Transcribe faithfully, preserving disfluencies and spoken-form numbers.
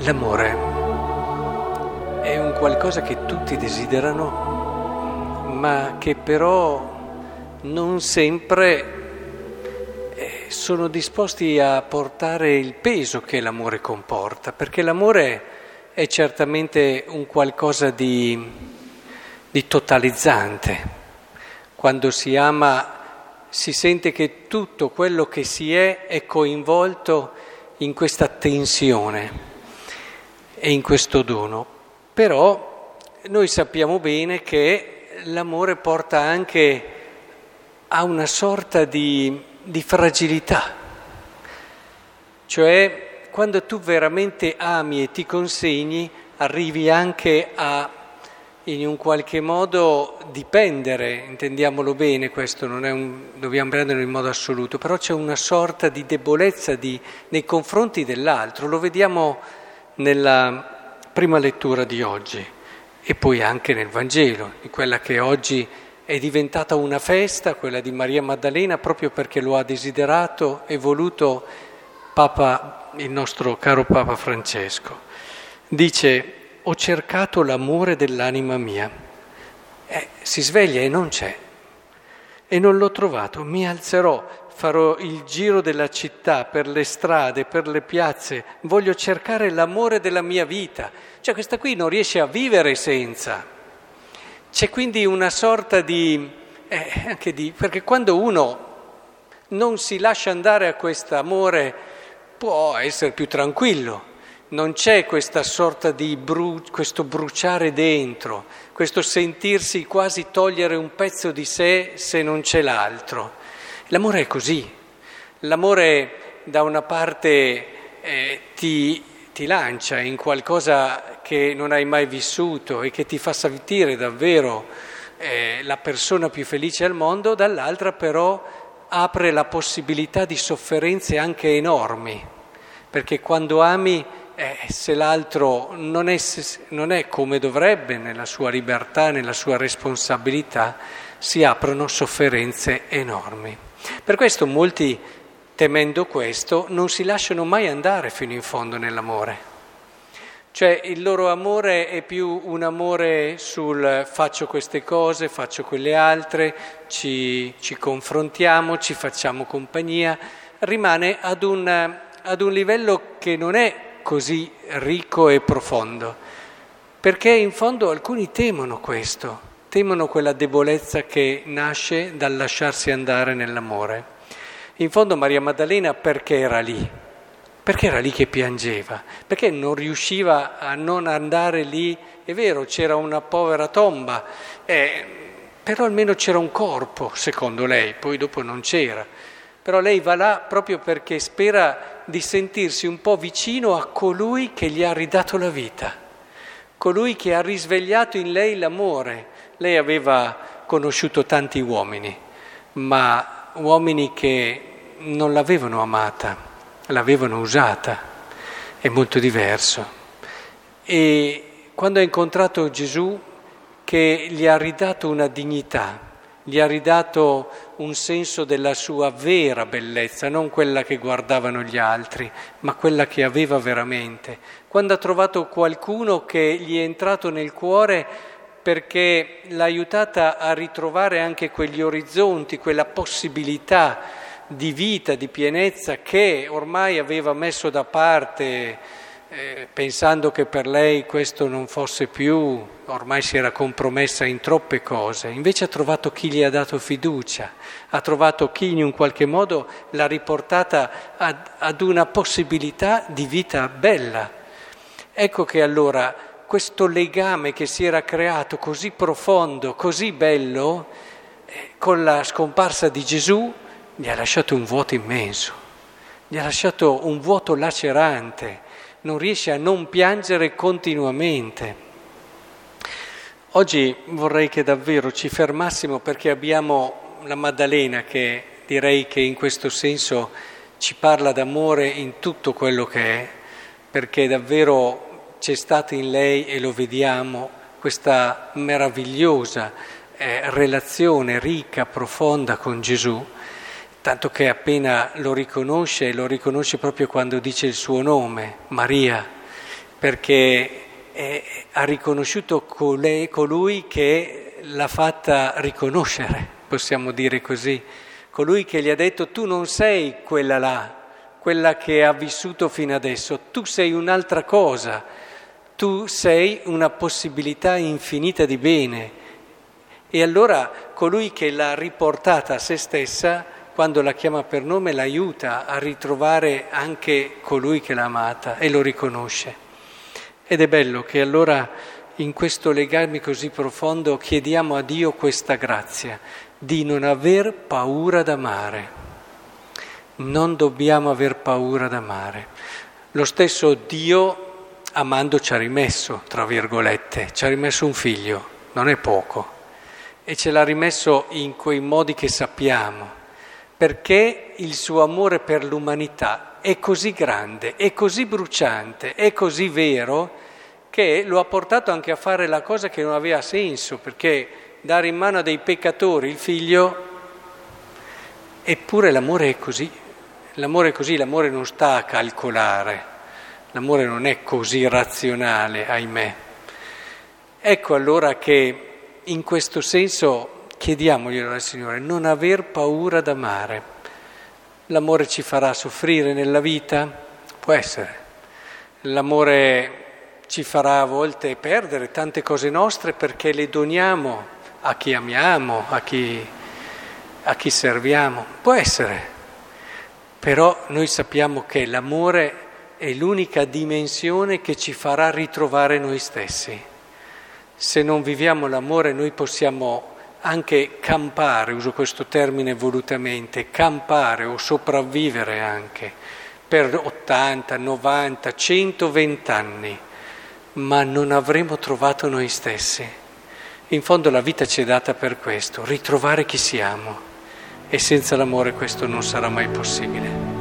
L'amore è un qualcosa che tutti desiderano, ma che però non sempre sono disposti a portare il peso che l'amore comporta, perché l'amore è certamente un qualcosa di, di totalizzante. Quando si ama si sente che tutto quello che si è è coinvolto in questa tensione e in questo dono. Però noi sappiamo bene che l'amore porta anche a una sorta di di fragilità, cioè quando tu veramente ami e ti consegni arrivi anche a in un qualche modo dipendere, intendiamolo bene, questo non è un, dobbiamo prenderlo in modo assoluto, però c'è una sorta di debolezza di, nei confronti dell'altro, lo vediamo nella prima lettura di oggi e poi anche nel Vangelo, di quella che oggi è diventata una festa, quella di Maria Maddalena, proprio perché lo ha desiderato e voluto Papa, il nostro caro Papa Francesco. Dice: ho cercato l'amore dell'anima mia. Eh, si sveglia e non c'è. E non l'ho trovato. Mi alzerò, farò il giro della città, per le strade, per le piazze. Voglio cercare l'amore della mia vita. Cioè questa qui non riesce a vivere senza. C'è quindi una sorta di, eh, anche di, perché quando uno non si lascia andare a questo amore può essere più tranquillo, non c'è questa sorta di bru, questo bruciare dentro, questo sentirsi quasi togliere un pezzo di sé se non c'è l'altro. L'amore è così, l'amore da una parte eh, ti... ti lancia in qualcosa che non hai mai vissuto e che ti fa sentire davvero eh, la persona più felice al mondo, dall'altra però apre la possibilità di sofferenze anche enormi, perché quando ami, eh, se l'altro non è, non è come dovrebbe nella sua libertà, nella sua responsabilità, si aprono sofferenze enormi. Per questo molti, temendo questo, non si lasciano mai andare fino in fondo nell'amore. Cioè il loro amore è più un amore sul faccio queste cose, faccio quelle altre, ci, ci confrontiamo, ci facciamo compagnia, rimane ad un, ad un livello che non è così ricco e profondo, perché in fondo alcuni temono questo, temono quella debolezza che nasce dal lasciarsi andare nell'amore. In fondo Maria Maddalena perché era lì? Perché era lì che piangeva? Perché non riusciva a non andare lì? È vero, c'era una povera tomba, eh, però almeno c'era un corpo, secondo lei, poi dopo non c'era. Però lei va là proprio perché spera di sentirsi un po' vicino a colui che gli ha ridato la vita, colui che ha risvegliato in lei l'amore. Lei aveva conosciuto tanti uomini, ma uomini che non l'avevano amata, l'avevano usata, è molto diverso. E quando ha incontrato Gesù che gli ha ridato una dignità, gli ha ridato un senso della sua vera bellezza, non quella che guardavano gli altri, ma quella che aveva veramente. Quando ha trovato qualcuno che gli è entrato nel cuore perché l'ha aiutata a ritrovare anche quegli orizzonti, quella possibilità di vita, di pienezza che ormai aveva messo da parte, eh, pensando che per lei questo non fosse più, ormai si era compromessa in troppe cose. Invece ha trovato chi gli ha dato fiducia, ha trovato chi in un qualche modo l'ha riportata ad, ad una possibilità di vita bella. Ecco che allora questo legame che si era creato così profondo, così bello, eh, con la scomparsa di Gesù, gli ha lasciato un vuoto immenso, gli ha lasciato un vuoto lacerante, non riesce a non piangere continuamente. Oggi vorrei che davvero ci fermassimo perché abbiamo la Maddalena che direi che in questo senso ci parla d'amore in tutto quello che è, perché davvero c'è stata in lei, e lo vediamo, questa meravigliosa eh, relazione ricca, profonda con Gesù. Tanto che appena lo riconosce, lo riconosce proprio quando dice il suo nome, Maria, perché è, ha riconosciuto colei, colui che l'ha fatta riconoscere, possiamo dire così, colui che gli ha detto tu non sei quella là, quella che ha vissuto fino adesso, tu sei un'altra cosa, tu sei una possibilità infinita di bene. E allora colui che l'ha riportata a se stessa, quando la chiama per nome, l'aiuta a ritrovare anche colui che l'ha amata e lo riconosce. Ed è bello che allora in questo legame così profondo chiediamo a Dio questa grazia di non aver paura d'amare. Non dobbiamo aver paura d'amare. Lo stesso Dio amando ci ha rimesso, tra virgolette, ci ha rimesso un figlio, non è poco, e ce l'ha rimesso in quei modi che sappiamo, perché il suo amore per l'umanità è così grande, è così bruciante, è così vero, che lo ha portato anche a fare la cosa che non aveva senso, perché dare in mano a dei peccatori il figlio, eppure l'amore è così, l'amore è così, l'amore non sta a calcolare, l'amore non è così razionale, ahimè. Ecco allora che in questo senso chiediamoglielo al Signore, non aver paura d'amare. L'amore ci farà soffrire nella vita? Può essere. L'amore ci farà a volte perdere tante cose nostre perché le doniamo a chi amiamo, a chi, a chi serviamo. Può essere. Però noi sappiamo che l'amore è l'unica dimensione che ci farà ritrovare noi stessi. Se non viviamo l'amore noi possiamo anche campare, uso questo termine volutamente, campare o sopravvivere anche per ottanta, novanta, centoventi anni, ma non avremo trovato noi stessi. In fondo la vita ci è data per questo, ritrovare chi siamo, e senza l'amore questo non sarà mai possibile.